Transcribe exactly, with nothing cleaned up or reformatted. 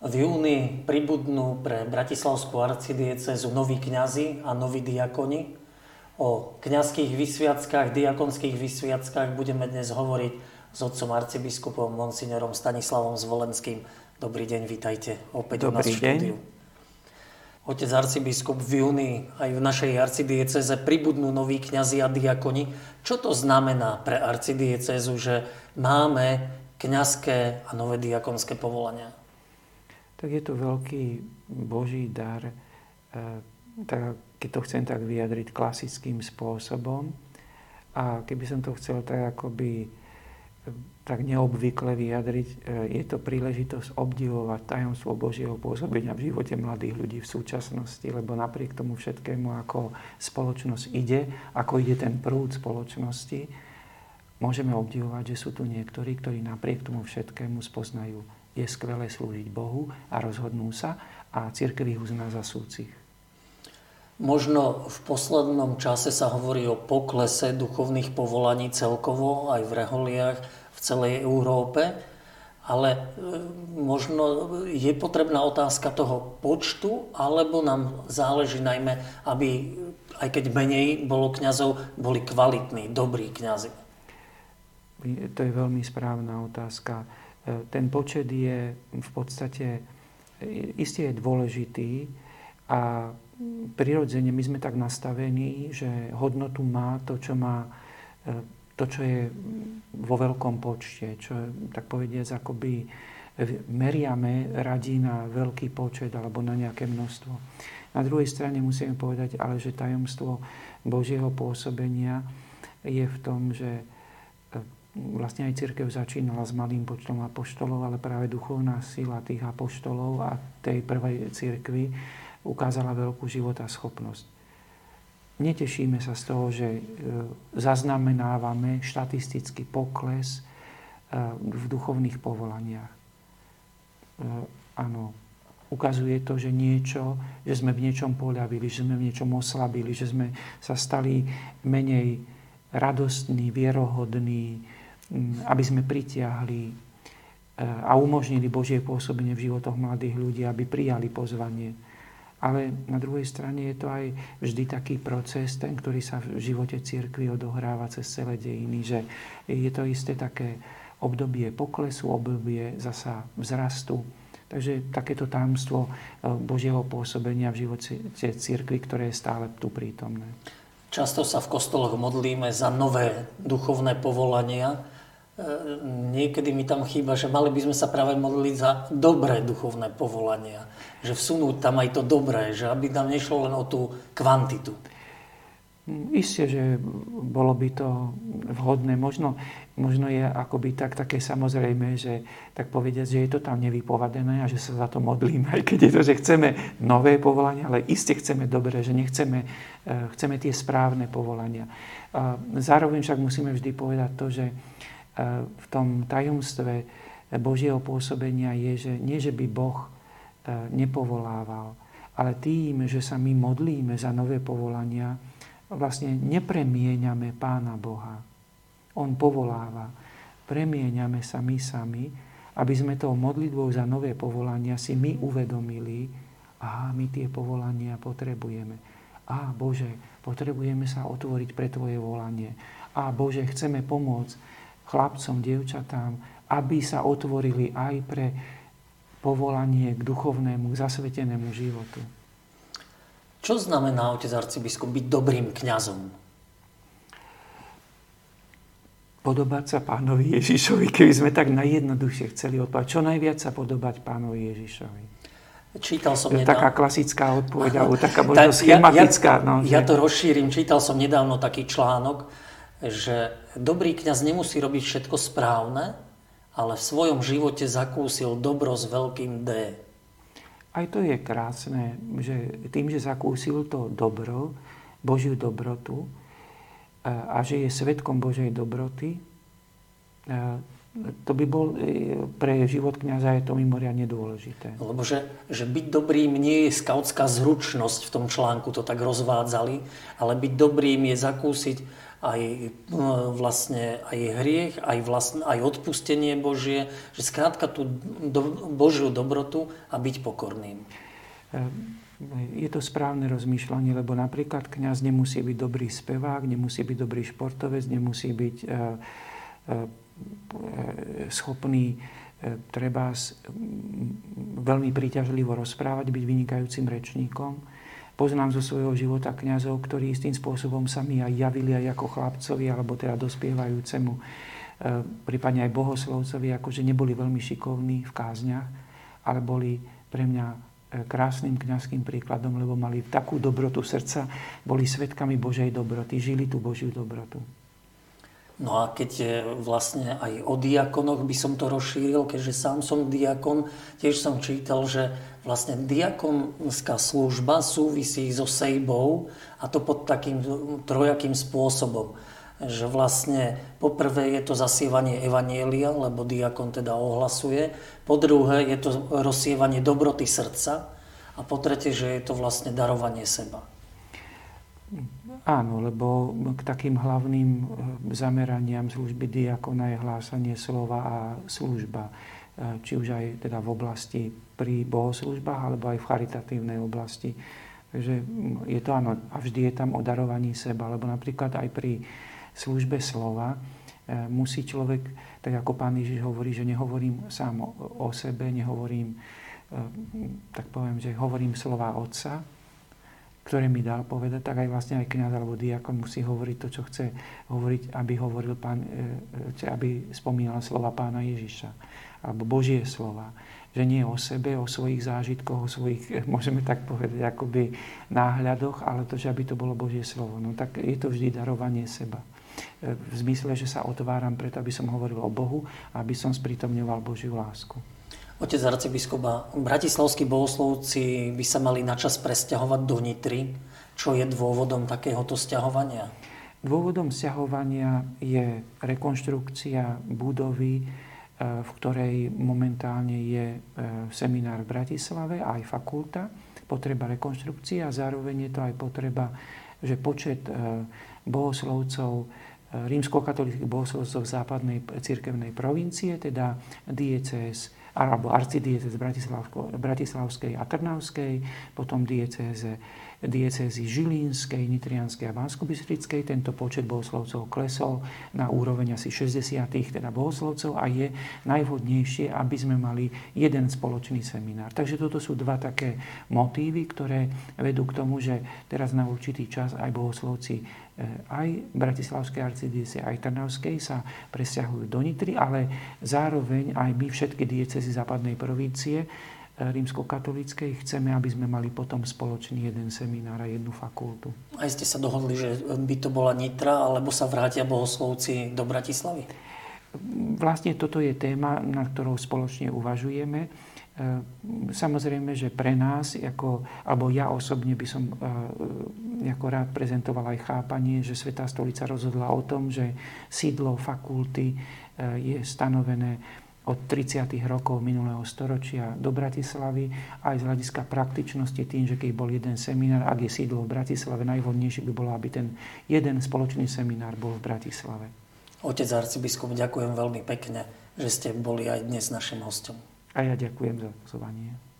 V júni pribudnú pre bratislavskú arcidiecézu noví kňazi a noví diakoni. O kňazských vysviackách, diakonských vysviackách budeme dnes hovoriť s otcom arcibiskupom monsignorom Stanislavom Zvolenským. Dobrý deň, vítajte opäť u nás v štúdiu. Otec arcibiskup, v júni aj v našej arcidiecéze pribudnú noví kňazi a diakoni. Čo to znamená pre arcidiecézu, že máme kňazské a nové diakonské povolania? Tak je to veľký Boží dar, tak, keď to chcem tak vyjadriť klasickým spôsobom. A keby som to chcel tak akoby tak neobvykle vyjadriť, je to príležitosť obdivovať tajomstvo Božieho pôsobenia v živote mladých ľudí v súčasnosti, lebo napriek tomu všetkému, ako spoločnosť ide, ako ide ten prúd spoločnosti, môžeme obdivovať, že sú tu niektorí, ktorí napriek tomu všetkému spoznajú, je skvelé slúžiť Bohu a rozhodnú sa a cirkev ich uzná za súcich. Možno v poslednom čase sa hovorí o poklese duchovných povolaní celkovo aj v reholiach v celej Európe, ale možno je potrebná otázka toho počtu, alebo nám záleží najmä, aby aj keď menej bolo kňazov, boli kvalitní, dobrí kňazi? To je veľmi správna otázka. Ten počet je v podstate isté je dôležitý a prirodzene my sme tak nastavení, že hodnotu má to, čo má to, čo je vo veľkom počte, čo tak povediac akoby meriame radí na veľký počet alebo na nejaké množstvo. Na druhej strane musíme povedať, ale že tajomstvo Božieho pôsobenia je v tom, že vlastne aj cirkev začínala s malým počtom apoštolov, ale práve duchovná sila tých apoštolov a tej prvej cirkvi ukázala veľkú životaschopnosť. Netešíme sa z toho, že zaznamenávame štatistický pokles v duchovných povolaniach. Áno, ukazuje to, že niečo, že sme v niečom poľavili, že sme v niečom oslabili, že sme sa stali menej radostní, vierohodní, aby sme pritiahli a umožnili Božie pôsobenie v životoch mladých ľudí, aby prijali pozvanie. Ale na druhej strane je to aj vždy taký proces, ten, ktorý sa v živote cirkvi odohráva cez celé dejiny, že je to isté také obdobie poklesu, obdobie zasa vzrastu. Takže takéto tajomstvo Božieho pôsobenia v živote cirkvi, ktoré je stále tu prítomné. Často sa v kostoloch modlíme za nové duchovné povolania. Niekedy mi tam chýba, že mali by sme sa práve modliť za dobré duchovné povolania. Že vsunúť tam aj to dobré, že aby nám nešlo len o tú kvantitu. Isté, že bolo by to vhodné. Možno, možno je akoby tak, také samozrejme, že tak povediať, že je to tam nevypovedané a že sa za to modlíme, aj keď je to, že chceme nové povolania, ale iste chceme dobré, že nechceme, chceme tie správne povolania. Zároveň však musíme vždy povedať to, že v tom tajomstve Božieho pôsobenia je, že nie, že by Boh nepovolával, ale tým, že sa my modlíme za nové povolania, vlastne nepremieňame Pána Boha. On povoláva. Premieňame sa my sami, aby sme tou modlitbou za nové povolania si my uvedomili, aha, my tie povolania potrebujeme. Á, Bože, potrebujeme sa otvoriť pre Tvoje volanie. Á, Bože, chceme pomôcť chlapcom, dievčatám, aby sa otvorili aj pre povolanie k duchovnému, k zasvetenému životu. Čo znamená, otec arcibiskup, byť dobrým kňazom? Podobať sa Pánovi Ježišovi, keby sme tak najjednoduchšie chceli odpovedať. Čo najviac sa podobať Pánovi Ježišovi? Čítal som nedávno... Taká klasická odpoveď, alebo taká tak, možno schematická. Ja, ja, no, ja že... to rozšírim. Čítal som nedávno taký článok, že dobrý kňaz nemusí robiť všetko správne, ale v svojom živote zakúsil dobro s veľkým D. Aj to je krásne, že tým, že zakúsil to dobro, Božiu dobrotu a že je svedkom Božej dobroty, to by bol pre život kňaza je to mimoriadne dôležité. Lebo že, že byť dobrým nie je skautská zručnosť, v tom článku to tak rozvádzali, ale byť dobrým je zakúsiť aj vlastne aj hriech, aj, vlastne, aj odpustenie Božie, že skrátka tú do, Božiu dobrotu a byť pokorným. Je to správne rozmýšľanie, lebo napríklad kňaz nemusí byť dobrý spevák, nemusí byť dobrý športovec, nemusí byť e, e, schopný e, treba veľmi príťažlivo rozprávať, byť vynikajúcim rečníkom. Poznám zo svojho života kňazov, ktorí istým spôsobom sa mi aj javili aj ako chlapcovi, alebo teda dospievajúcemu, e, prípadne aj bohoslovcovi, akože neboli veľmi šikovní v kázniach, ale boli pre mňa krásnym kňazským príkladom, lebo mali takú dobrotu srdca, boli svedkami Božej dobroty, žili tú Božiu dobrotu. No a keď je vlastne aj o diakonoch by som to rozšíril, keďže sám som diakon, tiež som čítal, že vlastne diakonská služba súvisí so sejbou a to pod takým trojakým spôsobom. Že vlastne poprvé je to zasievanie evanjelia, lebo diakon teda ohlasuje. Po druhé je to rozsievanie dobroty srdca. A po tretie, že je to vlastne darovanie seba. Áno, lebo k takým hlavným zameraniam služby diakona je hlásanie slova a služba. Či už aj teda v oblasti pri bohoslúžbách, alebo aj v charitatívnej oblasti. Takže je to áno, a vždy je tam o darovaní seba, lebo napríklad aj pri službe slova musí človek, tak ako Pán Ježiš hovorí, že nehovorím sám o sebe, nehovorím, tak poviem, že hovorím slova Otca, ktoré mi dal povedať, tak aj vlastne aj kňaz alebo diakon musí hovoriť to, čo chce hovoriť, aby hovoril Pán, aby spomínal slova Pána Ježiša, alebo Božie slova. Že nie o sebe, o svojich zážitkoch, o svojich, môžeme tak povedať, akoby náhľadoch, ale to, že aby to bolo Božie slovo. No tak je to vždy darovanie seba. V zmysle, že sa otváram preto, aby som hovoril o Bohu a aby som sprítomňoval Božiu lásku. Otec arcibiskupa, bratislavskí bohoslovci by sa mali načas presťahovať do Nitry. Čo je dôvodom takéhoto sťahovania? Dôvodom sťahovania je rekonštrukcia budovy, v ktorej momentálne je seminár v Bratislave a aj fakulta. Potreba rekonštrukcie a zároveň je to aj potreba, že počet bohoslovcov, rímskokatolíckych bohoslovcov západnej cirkevnej provincie, teda diecéz alebo arcidiecéz Bratislavskej a Trnavskej, potom diecéze, diecézy Žilínskej, Nitrianskej a Banskobystrickej. Tento počet bohoslovcov klesol na úroveň asi šesťdesiat teda bohoslovcov a je najvhodnejšie, aby sme mali jeden spoločný seminár. Takže toto sú dva také motívy, ktoré vedú k tomu, že teraz na určitý čas aj bohoslovci aj Bratislavskej arcidiecézy, aj Trnavskej sa presťahujú do Nitry, ale zároveň aj my všetky diecézy západnej provincie rímskokatolíckej chceme, aby sme mali potom spoločný jeden seminár a jednu fakultu. A ste sa dohodli, že by to bola Nitra, alebo sa vrátia bohoslovci do Bratislavy? Vlastne toto je téma, nad ktorou spoločne uvažujeme. Samozrejme, že pre nás, ako, alebo ja osobne by som ako rád prezentoval aj chápanie, že Svätá stolica rozhodla o tom, že sídlo fakulty je stanovené od tridsiatych rokov minulého storočia do Bratislavy, aj z hľadiska praktičnosti tým, že keď bol jeden seminár, ak je sídlo v Bratislave, najvhodnejšie by bolo, aby ten jeden spoločný seminár bol v Bratislave. Otec arcibiskup, ďakujem veľmi pekne, že ste boli aj dnes našim hostom. A ja ďakujem za pozvanie.